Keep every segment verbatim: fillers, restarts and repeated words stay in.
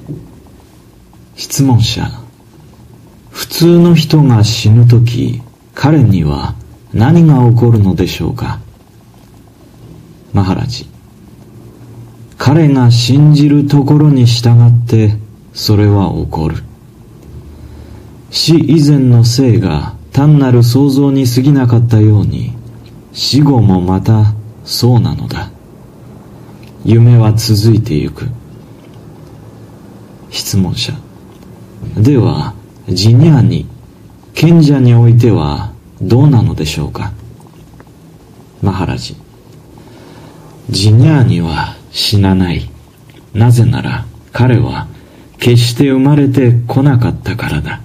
質問者。普通の人が死ぬとき、彼には何が起こるのでしょうか。マハラジ。彼が信じるところに従ってそれは起こる。死以前の生が単なる想像に過ぎなかったように、死後もまたそうなのだ。夢は続いてゆく。質問者。ではジニャーニ、賢者においてはどうなのでしょうか。マハラジ。ジニャーニは死なない。なぜなら彼は決して生まれてこなかったからだ。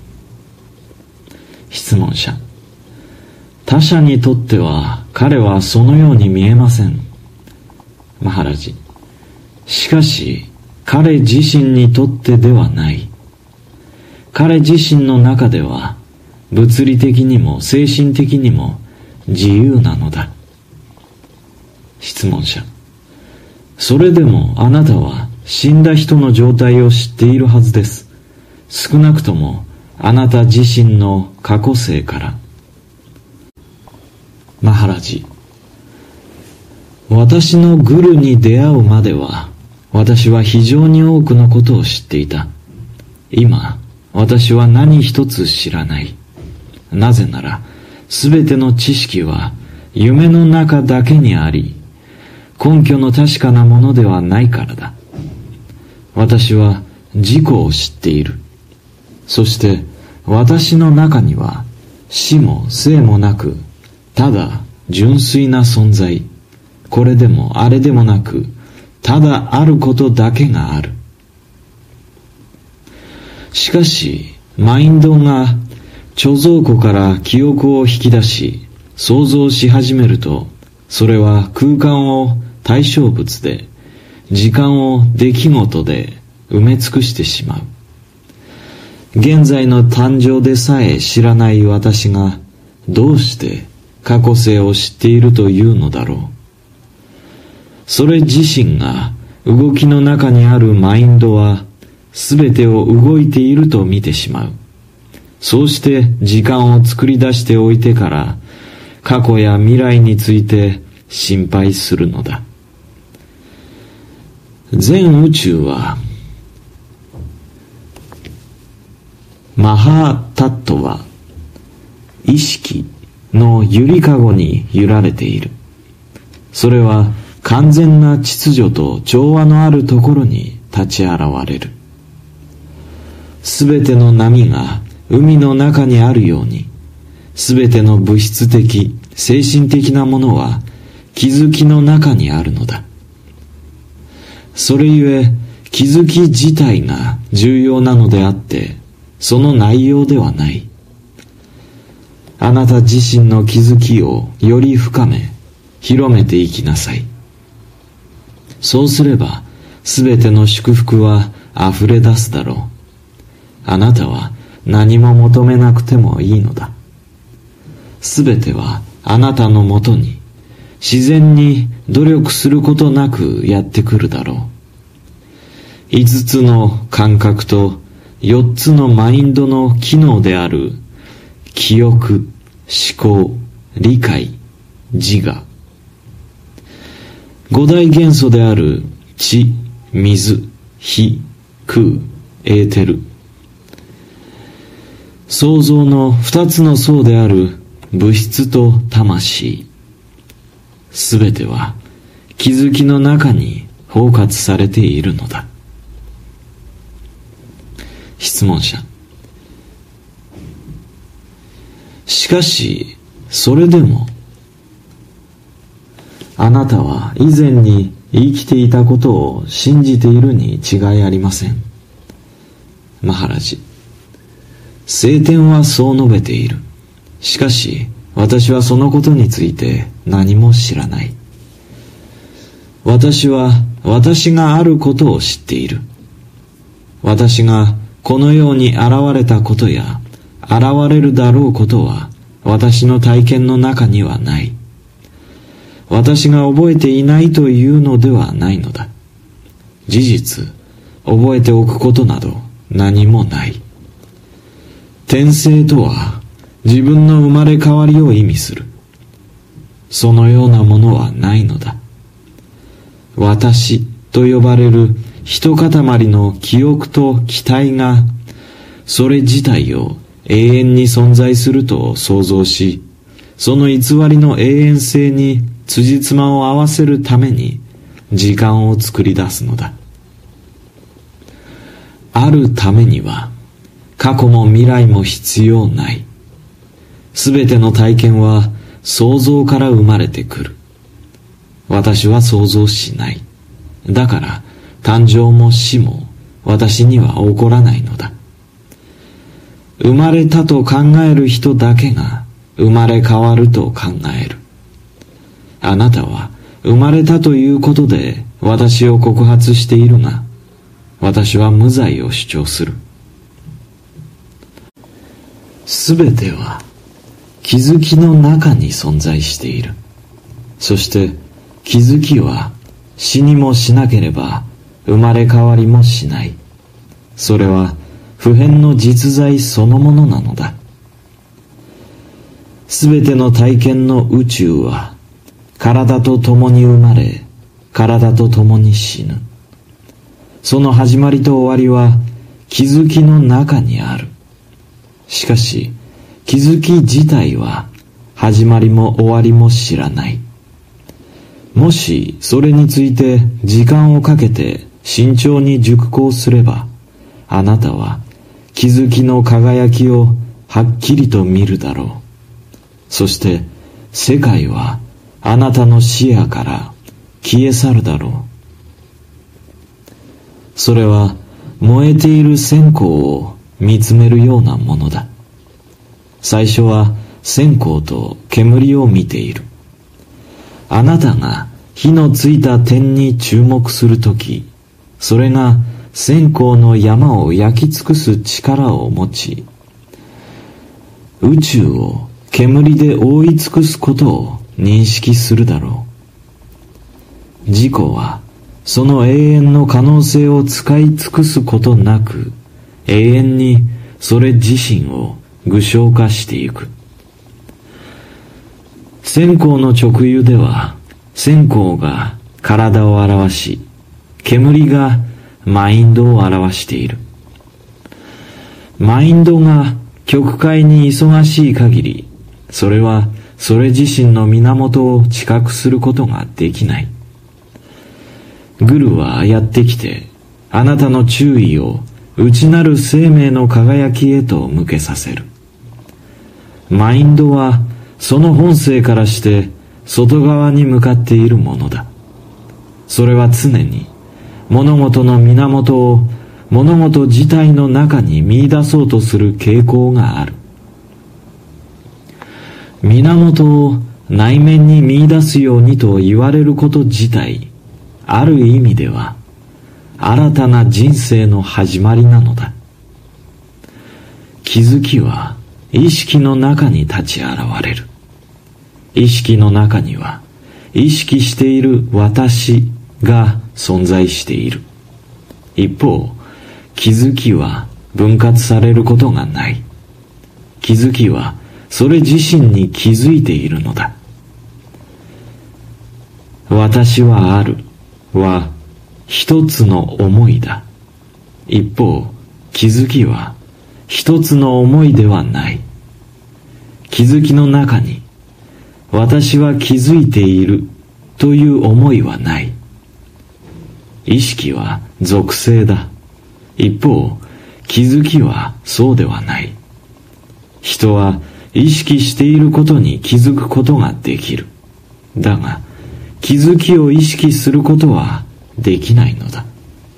質問者。他者にとっては彼はそのように見えません。マハラジ。しかし彼自身にとってではない。彼自身の中では物理的にも精神的にも自由なのだ。質問者。それでもあなたは死んだ人の状態を知っているはずです。少なくともあなた自身の過去世から。マハラジ。私のグルに出会うまでは私は非常に多くのことを知っていた。今私は何一つ知らない。なぜならすべての知識は夢の中だけにあり、根拠の確かなものではないからだ。私は自己を知っている。そして私の中には死も生もなく、ただ純粋な存在、これでもあれでもなく、ただあることだけがある。しかしマインドが貯蔵庫から記憶を引き出し想像し始めると、それは空間を対象物で、時間を出来事で埋め尽くしてしまう。現在の誕生でさえ知らない私がどうして過去世を知っているというのだろう。それ自身が動きの中にあるマインドはすべてを動いていると見てしまう。そうして時間を作り出しておいてから過去や未来について心配するのだ。全宇宙はマハータットは意識のゆりかごに揺られている。それは完全な秩序と調和のあるところに立ち現れる。すべての波が海の中にあるように、すべての物質的、精神的なものは気づきの中にあるのだ。それゆえ気づき自体が重要なのであって、その内容ではない。あなた自身の気づきをより深め、広めていきなさい。そうすれば、すべての祝福は溢れ出すだろう。あなたは何も求めなくてもいいのだ。すべてはあなたのもとに、自然に努力することなくやってくるだろう。五つの感覚と四つのマインドの機能である記憶、思考、理解、自我。五大元素である地、水、火、空、エーテル。創造の二つの層である物質と魂。すべては気づきの中に包括されているのだ。質問者。しかし、それでも、あなたは以前に生きていたことを信じているに違いありません。マハラジ。聖典はそう述べている。しかし、私はそのことについて何も知らない。私は私があることを知っている。私がこのように現れたことや現れるだろうことは私の体験の中にはない。私が覚えていないというのではないのだ。事実、 覚えておくことなど何もない。転生とは自分の生まれ変わりを意味する。そのようなものはないのだ。私と呼ばれる一塊の記憶と期待がそれ自体を永遠に存在すると想像し、その偽りの永遠性に辻褄を合わせるために時間を作り出すのだ。あるためには過去も未来も必要ない。すべての体験は想像から生まれてくる。私は想像しない。だから誕生も死も私には起こらないのだ。生まれたと考える人だけが生まれ変わると考える。あなたは生まれたということで私を告発しているが、私は無罪を主張する。すべては気づきの中に存在している。そして気づきは死にもしなければ生まれ変わりもしない。それは不変の実在そのものなのだ。すべての体験の宇宙は体と共に生まれ、体と共に死ぬ。その始まりと終わりは気づきの中にある。しかし気づき自体は始まりも終わりも知らない。もしそれについて時間をかけて慎重に熟考すれば、あなたは気づきの輝きをはっきりと見るだろう。そして世界はあなたの視野から消え去るだろう。それは燃えている線香を見つめるようなものだ。最初は線香と煙を見ている。あなたが火のついた点に注目するとき、それが線香の山を焼き尽くす力を持ち、宇宙を煙で覆い尽くすことを認識するだろう。自己はその永遠の可能性を使い尽くすことなく、永遠にそれ自身を具象化していく。線香の直輸では、線香が体を表し、煙がマインドを表している。マインドが極快に忙しい限り、それはそれ自身の源を知覚することができない。グルはやってきて、あなたの注意を内なる生命の輝きへと向けさせる。マインドはその本性からして外側に向かっているものだ。それは常に物事の源を物事自体の中に見出そうとする傾向がある。源を内面に見出すようにと言われること自体、ある意味では新たな人生の始まりなのだ。気づきは意識の中に立ち現れる。意識の中には意識している私が存在している。一方、気づきは分割されることがない。気づきはそれ自身に気づいているのだ。私はあるは一つの思いだ。一方、気づきは一つの思いではない。気づきの中に私は気づいているという思いはない。意識は属性だ。一方、気づきはそうではない。人は意識していることに気づくことができる。だが、気づきを意識することはできないのだ。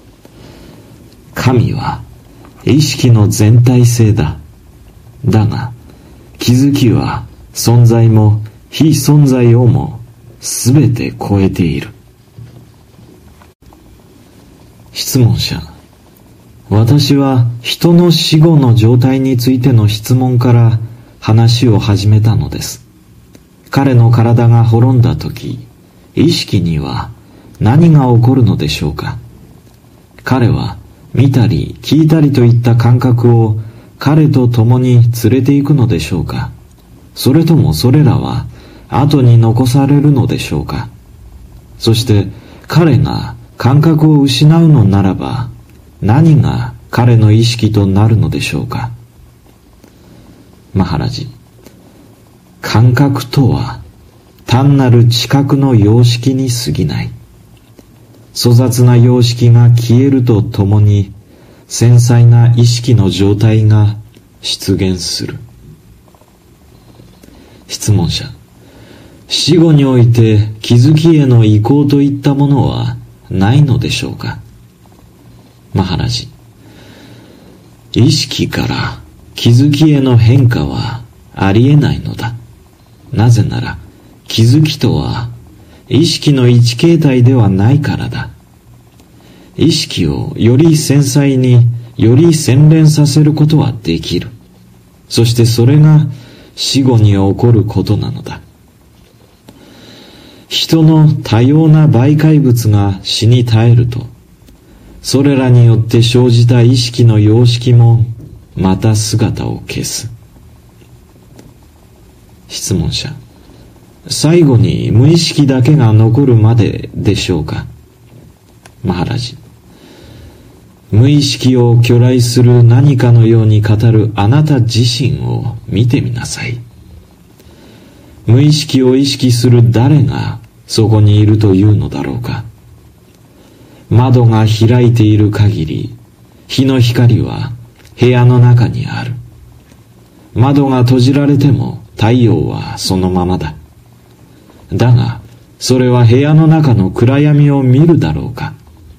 神は意識の全体性だ。だが、気づきは存在も非存在をもすべて超えている。質問者、私は人の死後の状態についての質問から話を始めたのです。彼の体が滅んだとき、意識には何が起こるのでしょうか。彼は見たり聞いたりといった感覚を彼と共に連れて行くのでしょうか。それともそれらは後に残されるのでしょうか。そして彼が感覚を失うのならば、何が彼の意識となるのでしょうか。マハラジ、感覚とは単なる知覚の様式に過ぎない。粗雑な様式が消えるとともに、繊細な意識の状態が出現する。質問者、死後において気づきへの移行といったものはないのでしょうか。マハラジ、意識から気づきへの変化はありえないのだ。なぜなら気づきとは意識の一形態ではないからだ。意識をより繊細により洗練させることはできる。そしてそれが死後に起こることなのだ。人の多様な媒介物が死に絶えると、それらによって生じた意識の様式もまた姿を消す。質問者、最後に無意識だけが残るまででしょうか。マハラジ、無意識を去来する何かのように語るあなた自身を見てみなさい。無意識を意識する誰がそこにいるというのだろうか。窓が開いている限り、日の光は部屋の中にある。窓が閉じられても太陽はそのままだ。だが、それは部屋の中の暗闇を見るだろうか。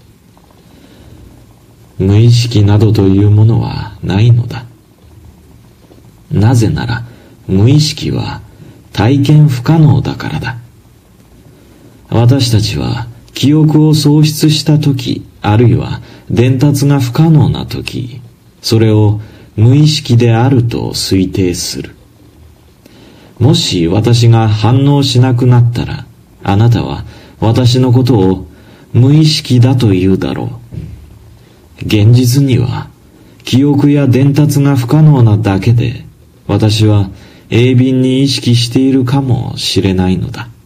無意識などというものはないのだ。なぜなら、無意識は体験不可能だからだ。私たちは記憶を喪失したとき、あるいは伝達が不可能なとき、それを無意識であると推定する。もし私が反応しなくなったら、あなたは私のことを無意識だと言うだろう。現実には記憶や伝達が不可能なだけで、私は鋭敏に意識しているかもしれないのだ。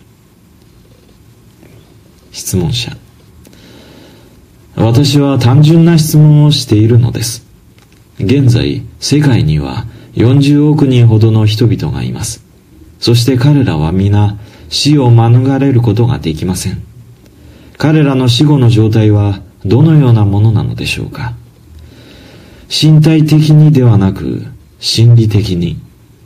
質問者、私は単純な質問をしているのです。現在、世界にはよんじゅうおくにんほどの人々がいます。そして彼らは皆死を免れることができません。彼らの死後の状態はどのようなものなのでしょうか。身体的にではなく心理的に。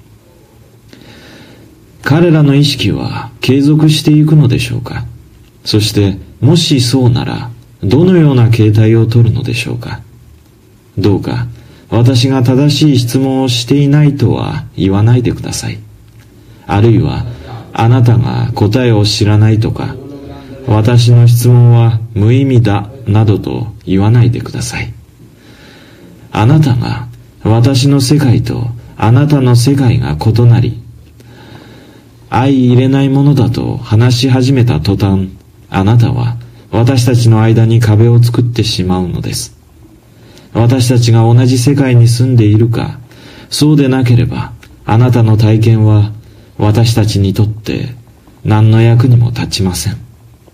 彼らの意識は継続していくのでしょうか。そしてもしそうならどのような形態をとるのでしょうか。どうか私が正しい質問をしていないとは言わないでください。あるいはあなたが答えを知らないとか、私の質問は無意味だなどと言わないでください。あなたが私の世界とあなたの世界が異なり、相入れないものだと話し始めた途端、あなたは私たちの間に壁を作ってしまうのです。私たちが同じ世界に住んでいるか、そうでなければ、あなたの体験は私たちにとって何の役にも立ちません。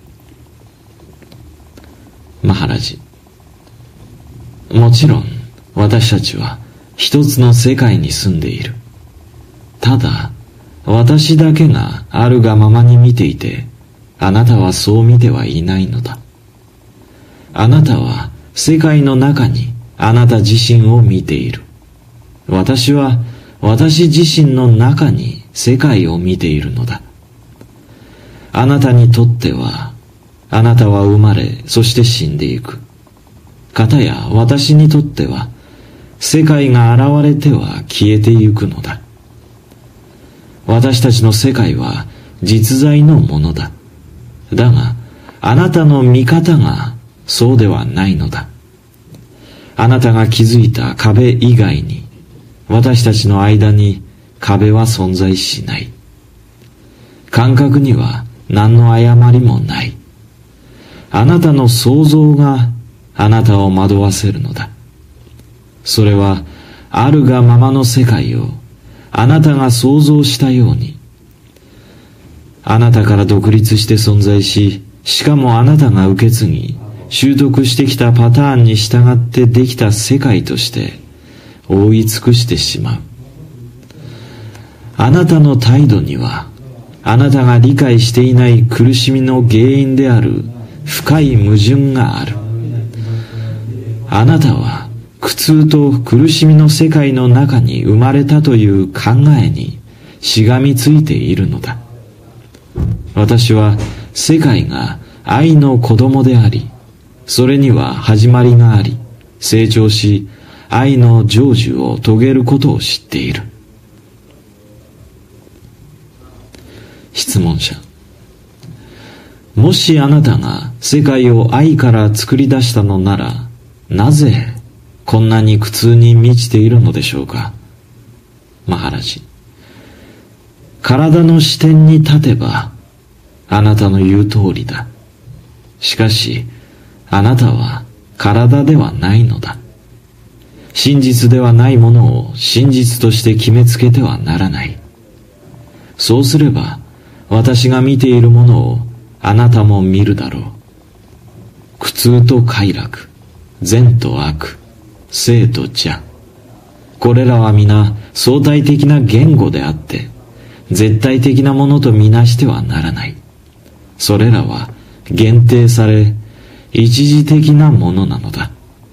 マハラジ、もちろん私たちは一つの世界に住んでいる。ただ、私だけがあるがままに見ていて、あなたはそう見てはいないのだ。あなたは世界の中にあなた自身を見ている。私は私自身の中に世界を見ているのだ。あなたにとっては、あなたは生まれ、そして死んでいく。かたや私にとっては、世界が現れては消えてゆくのだ。私たちの世界は実在のものだ。だが、あなたの見方がそうではないのだ。あなたが築いた壁以外に、私たちの間に壁は存在しない。感覚には何の誤りもない。あなたの想像があなたを惑わせるのだ。それはあるがままの世界をあなたが想像したように、あなたから独立して存在し、しかもあなたが受け継ぎ習得してきたパターンに従ってできた世界として覆い尽くしてしまう。あなたの態度には、あなたが理解していない苦しみの原因である深い矛盾がある。あなたは苦痛と苦しみの世界の中に生まれたという考えにしがみついているのだ。私は世界が愛の子供であり、それには始まりがあり、成長し愛の成就を遂げることを知っている。質問者。もしあなたが世界を愛から作り出したのなら、なぜこんなに苦痛に満ちているのでしょうか。マハラジ。体の視点に立てば、あなたの言う通りだ。しかし、あなたは体ではないのだ。真実ではないものを真実として決めつけてはならない。そうすれば、私が見ているものをあなたも見るだろう。苦痛と快楽、善と悪、正と邪。これらは皆相対的な言語であって、絶対的なものとみなしてはならない。それらは限定され、一時的なものなのだ。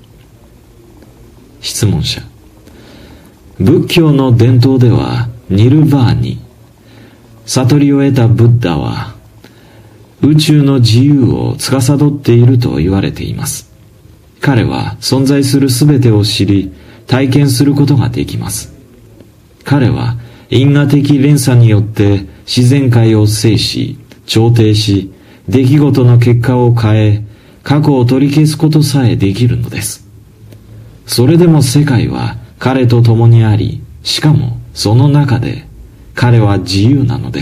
質問者。仏教の伝統ではニルバーニ、悟りを得たブッダは宇宙の自由を司っていると言われています。彼は存在するすべてを知り、体験することができます。彼は因果的連鎖によって自然界を制し、調停し、出来事の結果を変え、過去を取り消すことさえできるのです。それでも世界は彼と共にあり、しかもその中で彼は自由なのです。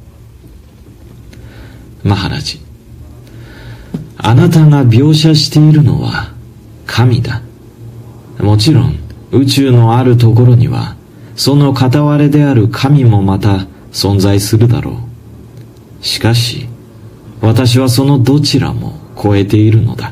マハラジ。あなたが描写しているのは神だ。もちろん宇宙のあるところにはその片割れである神もまた存在するだろう。しかし私はそのどちらも超えているのだ。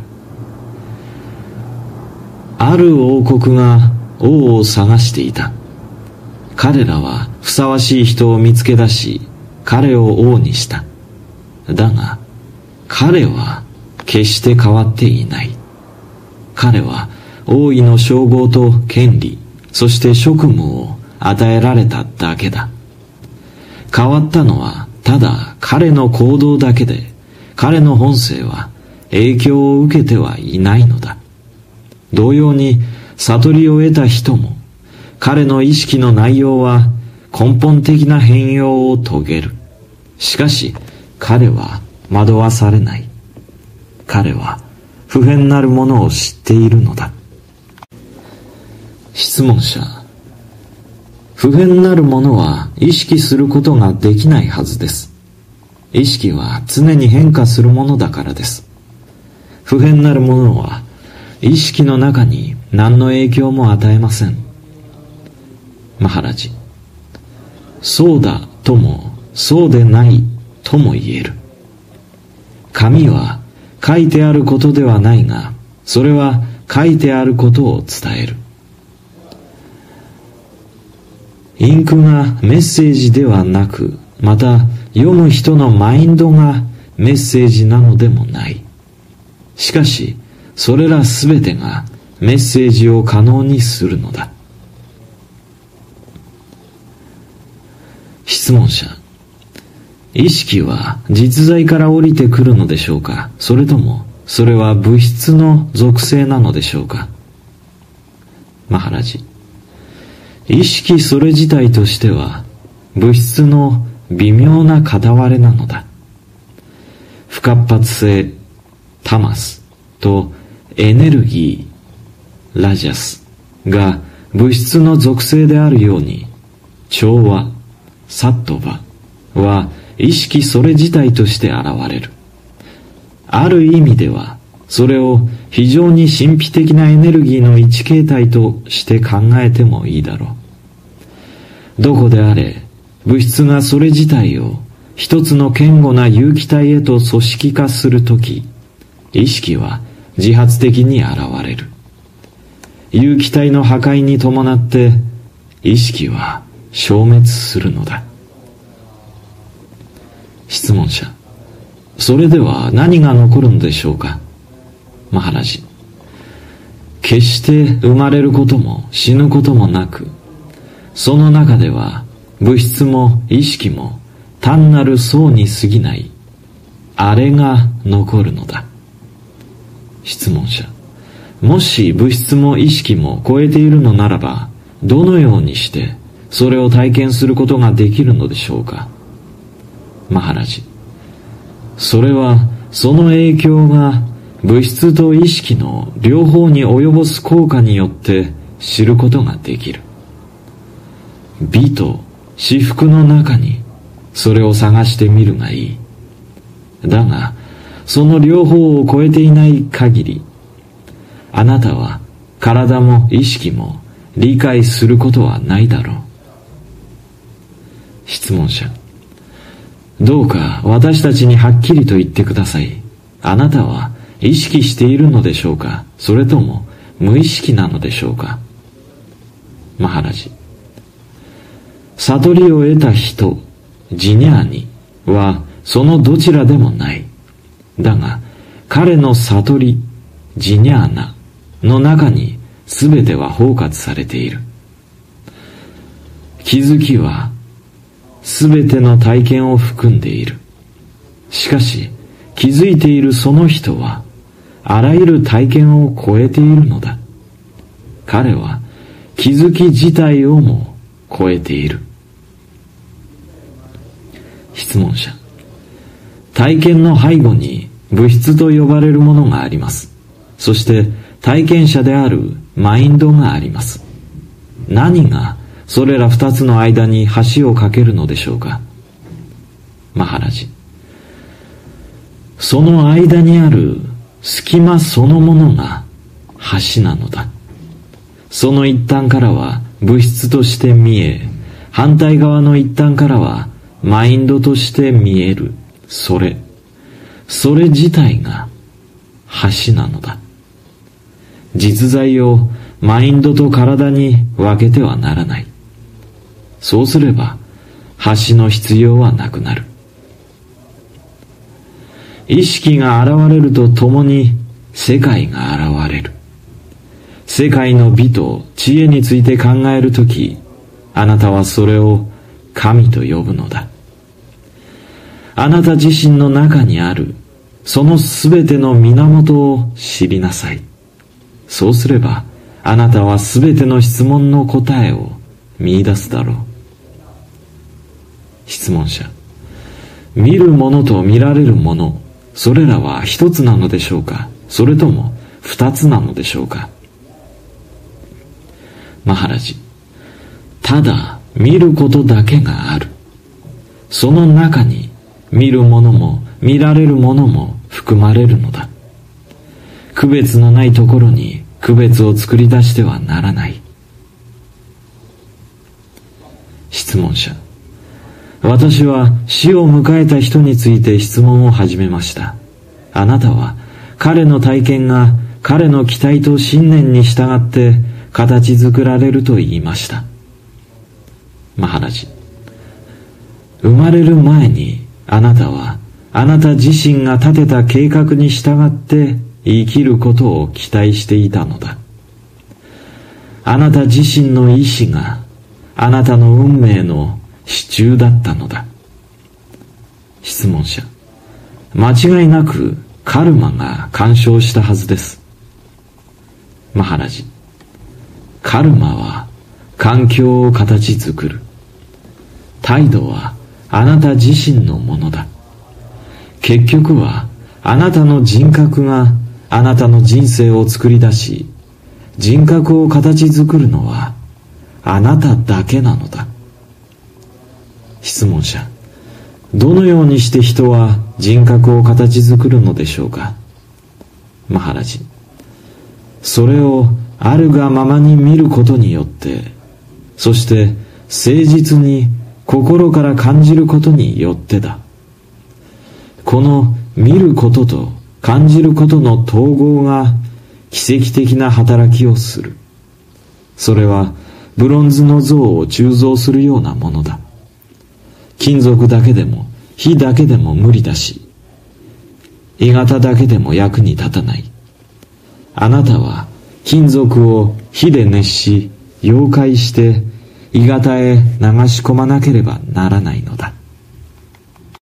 ある王国が王を探していた。彼らはふさわしい人を見つけ出し、彼を王にした。だが彼は決して変わっていない。彼は王位の称号と権利、そして職務を与えられただけだ。変わったのはただ彼の行動だけで、彼の本性は影響を受けてはいないのだ。同様に悟りを得た人も、彼の意識の内容は根本的な変容を遂げる。しかし彼は惑わされない。彼は不変なるものを知っているのだ。質問者。不変なるものは意識することができないはずです。意識は常に変化するものだからです。不変なるものは意識の中に何の影響も与えません。マハラジ。そうだともそうでないとも言える。紙は書いてあることではないが、それは書いてあることを伝える。インクがメッセージではなく、また読む人のマインドがメッセージなのでもない。しかしそれらすべてがメッセージを可能にするのだ。質問者。意識は実在から降りてくるのでしょうか、それともそれは物質の属性なのでしょうか。マハラジ。意識それ自体としては物質の微妙な片割れなのだ。不活発性、タマスとエネルギー、ラジャスが物質の属性であるように、調和、サットバは意識それ自体として現れる。ある意味ではそれを非常に神秘的なエネルギーの一形態として考えてもいいだろう。どこであれ、物質がそれ自体を一つの堅固な有機体へと組織化するとき、意識は自発的に現れる。有機体の破壊に伴って意識は消滅するのだ。質問者、それでは何が残るのでしょうか。マハラジ、決して生まれることも死ぬこともなく、その中では物質も意識も単なる層に過ぎないあれが残るのだ。質問者、もし物質も意識も超えているのならば、どのようにしてそれを体験することができるのでしょうか。マハラジ、それはその影響が物質と意識の両方に及ぼす効果によって知ることができる。美と至福の中にそれを探してみるがいい。だがその両方を超えていない限り、あなたは体も意識も理解することはないだろう。質問者、どうか私たちにはっきりと言ってください。あなたは意識しているのでしょうか、それとも無意識なのでしょうか。マハラジ、悟りを得た人、ジニャーニはそのどちらでもない。だが彼の悟り、ジニャーナの中に全ては包括されている。気づきは全ての体験を含んでいる。しかし気づいているその人はあらゆる体験を超えているのだ。彼は気づき自体をも超えている。質問者、体験の背後に物質と呼ばれるものがあります。そして体験者であるマインドがあります。何がそれら二つの間に橋を架けるのでしょうか。マハラジ、その間にある隙間そのものが橋なのだ。その一端からは物質として見え、反対側の一端からはマインドとして見える。それ、それ自体が橋なのだ。実在をマインドと体に分けてはならない。そうすれば橋の必要はなくなる。意識が現れるとともに世界が現れる。世界の美と知恵について考えるとき、あなたはそれを神と呼ぶのだ。あなた自身の中にあるそのすべての源を知りなさい。そうすればあなたはすべての質問の答えを見出すだろう。質問者、見るものと見られるもの、それらは一つなのでしょうか、それとも二つなのでしょうか。マハラジ、ただ見ることだけがある。その中に見るものも見られるものも含まれるのだ。区別のないところに区別を作り出してはならない。質問者、私は死を迎えた人について質問を始めました。あなたは彼の体験が彼の期待と信念に従って形作られると言いました。マハラジ、生まれる前にあなたはあなた自身が立てた計画に従って生きることを期待していたのだ。あなた自身の意志があなたの運命の支柱だったのだ。質問者、間違いなくカルマが干渉したはずです。マハラジ、カルマは環境を形作る。態度はあなた自身のものだ。結局はあなたの人格があなたの人生を作り出し、人格を形作るのはあなただけなのだ。質問者、どのようにして人は人格を形作るのでしょうか。 マハラジ。それをあるがままに見ることによって、そして誠実に心から感じることによってだ。この見ることと感じることの統合が奇跡的な働きをする。それはブロンズの像を鋳造するようなものだ。金属だけでも火だけでも無理だし、鋳型だけでも役に立たない。あなたは金属を火で熱し、溶解して鋳型へ流し込まなければならないのだ。